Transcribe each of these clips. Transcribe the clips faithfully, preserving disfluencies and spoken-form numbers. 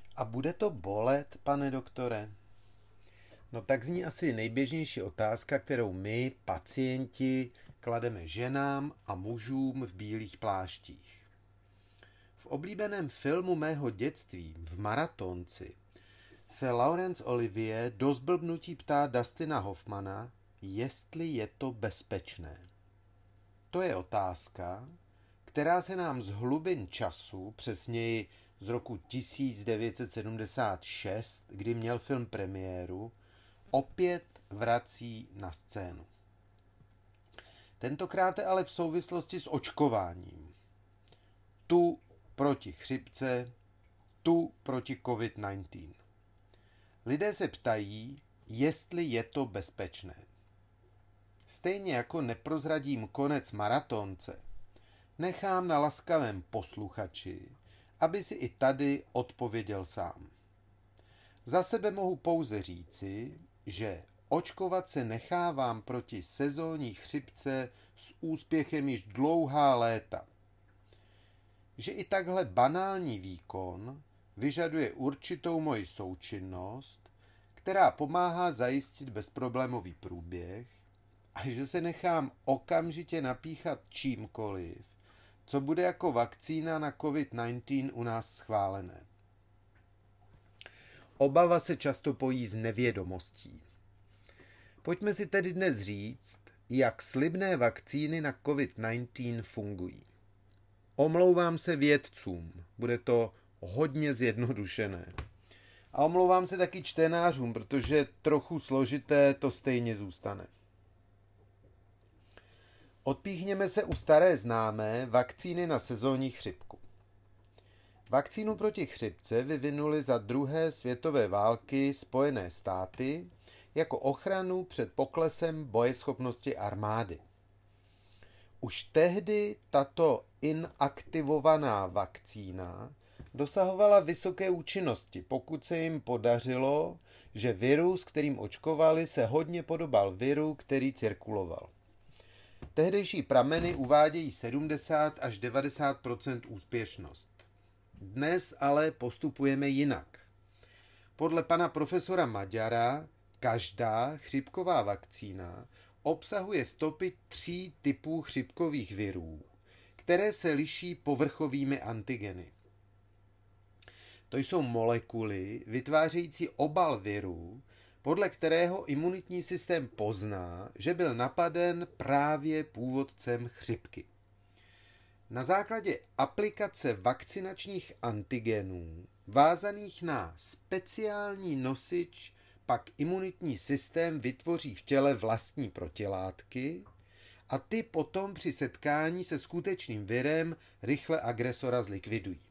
A bude to bolet, pane doktore? No tak zní asi nejběžnější otázka, kterou my, pacienti, klademe ženám a mužům v bílých pláštích. V oblíbeném filmu mého dětství, v Maratonci, se Laurence Olivier do zblbnutí ptá Dustina Hoffmana, jestli je to bezpečné. To je otázka, která se nám z hlubin času, přesněji z roku tisíc devět set sedmdesát šest, kdy měl film premiéru, opět vrací na scénu. Tentokrát ale v souvislosti s očkováním. Tu proti chřipce, tu proti covid devatenáct. Lidé se ptají, jestli je to bezpečné. Stejně jako neprozradím konec Maratonce, nechám na laskavém posluchači, aby si i tady odpověděl sám. Za sebe mohu pouze říci, že očkovat se nechávám proti sezónní chřipce s úspěchem již dlouhá léta. Že i takhle banální výkon vyžaduje určitou moji součinnost, která pomáhá zajistit bezproblémový průběh, a že se nechám okamžitě napíchat čímkoliv, co bude jako vakcína na covid devatenáct u nás schválené. Obava se často pojí s nevědomostí. Pojďme si tedy dnes říct, jak slibné vakcíny na covid devatenáct fungují. Omlouvám se vědcům, bude to hodně zjednodušené. A omlouvám se taky čtenářům, protože trochu složité to stejně zůstane. Odpíchněme se u staré známé vakcíny na sezónní chřipku. Vakcínu proti chřipce vyvinuli za druhé světové války Spojené státy jako ochranu před poklesem bojeschopnosti armády. Už tehdy tato inaktivovaná vakcína dosahovala vysoké účinnosti, pokud se jim podařilo, že virus, kterým očkovali, se hodně podobal viru, který cirkuloval. Tehdejší prameny uvádějí sedmdesát až devadesát procent úspěšnost. Dnes ale postupujeme jinak. Podle pana profesora Maďara každá chřipková vakcína obsahuje stopy tří typů chřipkových virů, které se liší povrchovými antigeny. To jsou molekuly vytvářející obal viru, podle kterého imunitní systém pozná, že byl napaden právě původcem chřipky. Na základě aplikace vakcinačních antigenů, vázaných na speciální nosič, pak imunitní systém vytvoří v těle vlastní protilátky a ty potom při setkání se skutečným virem rychle agresora zlikvidují.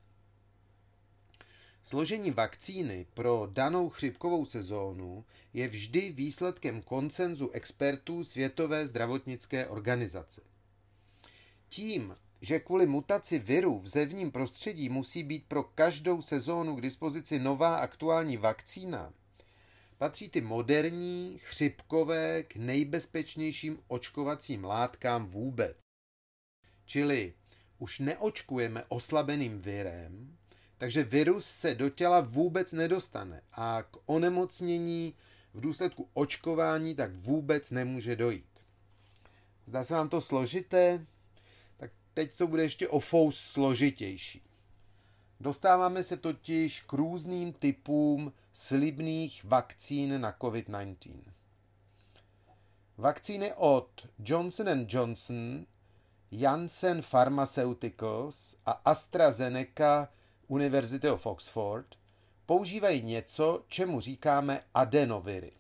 Složení vakcíny pro danou chřipkovou sezónu je vždy výsledkem konsenzu expertů Světové zdravotnické organizace. Tím, že kvůli mutaci viru v zevním prostředí musí být pro každou sezónu k dispozici nová aktuální vakcína, patří ty moderní, chřipkové k nejbezpečnějším očkovacím látkám vůbec. Čili už neočkujeme oslabeným virem, takže virus se do těla vůbec nedostane a k onemocnění v důsledku očkování tak vůbec nemůže dojít. Zdá se vám to složité? Tak teď to bude ještě o fous složitější. Dostáváme se totiž k různým typům slibných vakcín na covid devatenáct. Vakcíny od Johnson and Johnson, Janssen Pharmaceuticals a AstraZeneca University of Oxford používají něco, čemu říkáme adenoviry.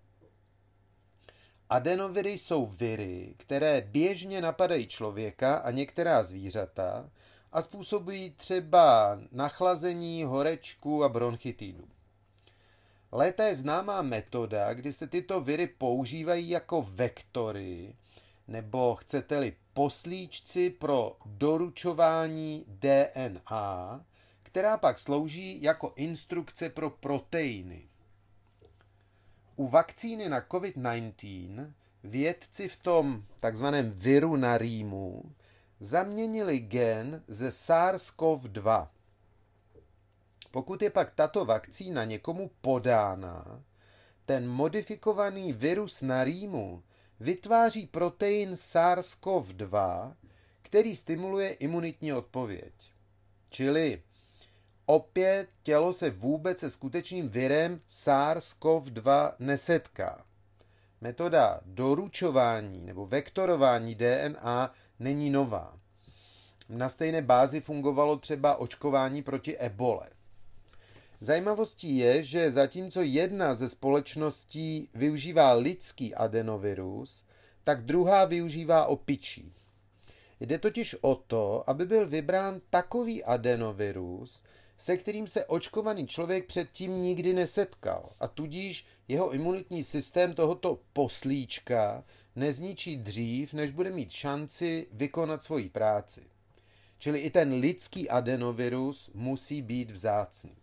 Adenoviry jsou viry, které běžně napadají člověka a některá zvířata a způsobují třeba nachlazení, horečku a bronchitidu. Léta je známá metoda, kdy se tyto viry používají jako vektory, nebo chcete-li poslíčci pro doručování D N A, která pak slouží jako instrukce pro proteiny. U vakcíny na covid devatenáct vědci v tom takzvaném viru na rýmu zaměnili gen ze SARS-C o V dva. Pokud je pak tato vakcína někomu podána, ten modifikovaný virus na rýmu vytváří protein SARS-C o V dva, který stimuluje imunitní odpověď. Čili opět tělo se vůbec se skutečným virem SARS-C o V dva nesetká. Metoda doručování nebo vektorování D N A není nová. Na stejné bázi fungovalo třeba očkování proti ebole. Zajímavostí je, že zatímco jedna ze společností využívá lidský adenovirus, tak druhá využívá opičí. Jde totiž o to, aby byl vybrán takový adenovirus, se kterým se očkovaný člověk předtím nikdy nesetkal a tudíž jeho imunitní systém tohoto poslíčka nezničí dřív, než bude mít šanci vykonat svoji práci. Čili i ten lidský adenovirus musí být vzácný.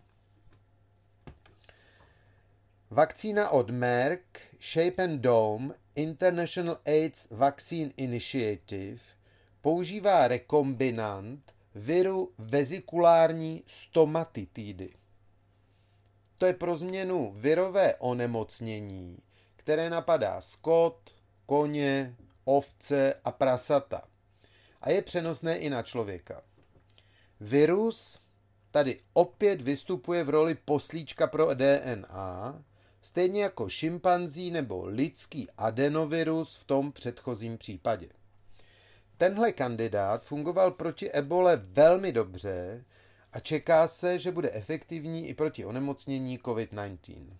Vakcína od Merck, Shape and Dome, International AIDS Vaccine Initiative, používá rekombinant viru vezikulární stomatitidy. To je pro změnu virové onemocnění, které napadá skot, koně, ovce a prasata a je přenosné i na člověka. Virus tady opět vystupuje v roli poslíčka pro D N A, stejně jako šimpanzí nebo lidský adenovirus v tom předchozím případě. Tenhle kandidát fungoval proti ebole velmi dobře a čeká se, že bude efektivní i proti onemocnění COVID devatenáct.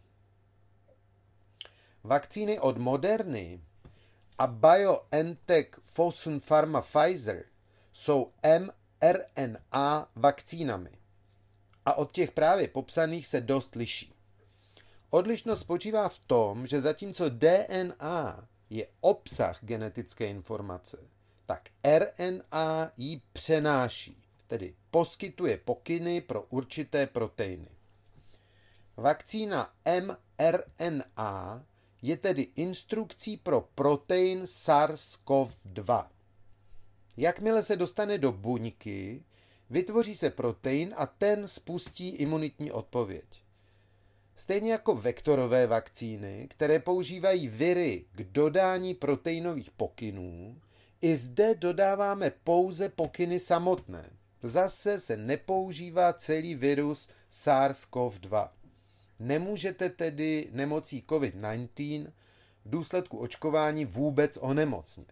Vakcíny od Moderny a BioNTech Fosun Pharma Pfizer jsou mRNA vakcínami a od těch právě popsaných se dost liší. Odlišnost spočívá v tom, že zatímco D N A je obsah genetické informace, tak R N A ji přenáší, tedy poskytuje pokyny pro určité proteiny. Vakcína mRNA je tedy instrukcí pro protein SARS-C o V dva. Jakmile se dostane do buňky, vytvoří se protein a ten spustí imunitní odpověď. Stejně jako vektorové vakcíny, které používají viry k dodání proteinových pokynů, i zde dodáváme pouze pokyny samotné. Zase se nepoužívá celý virus SARS-C o V dva. Nemůžete tedy nemocí COVID devatenáct v důsledku očkování vůbec onemocnit.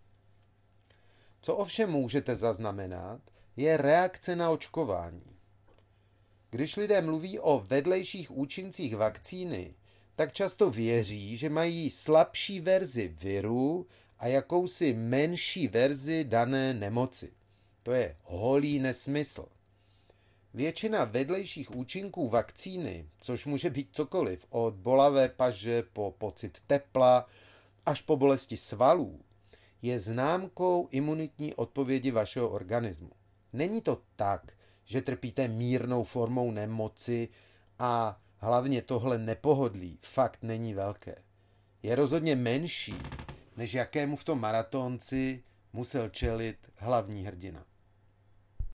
Co ovšem můžete zaznamenat, je reakce na očkování. Když lidé mluví o vedlejších účincích vakcíny, tak často věří, že mají slabší verzi viru a jakousi menší verzi dané nemoci. To je holý nesmysl. Většina vedlejších účinků vakcíny, což může být cokoliv od bolavé paže po pocit tepla až po bolesti svalů, je známkou imunitní odpovědi vašeho organismu. Není to tak, že trpíte mírnou formou nemoci a hlavně tohle nepohodlí fakt není velké. Je rozhodně menší, než jakému v tom maratonci musel čelit hlavní hrdina.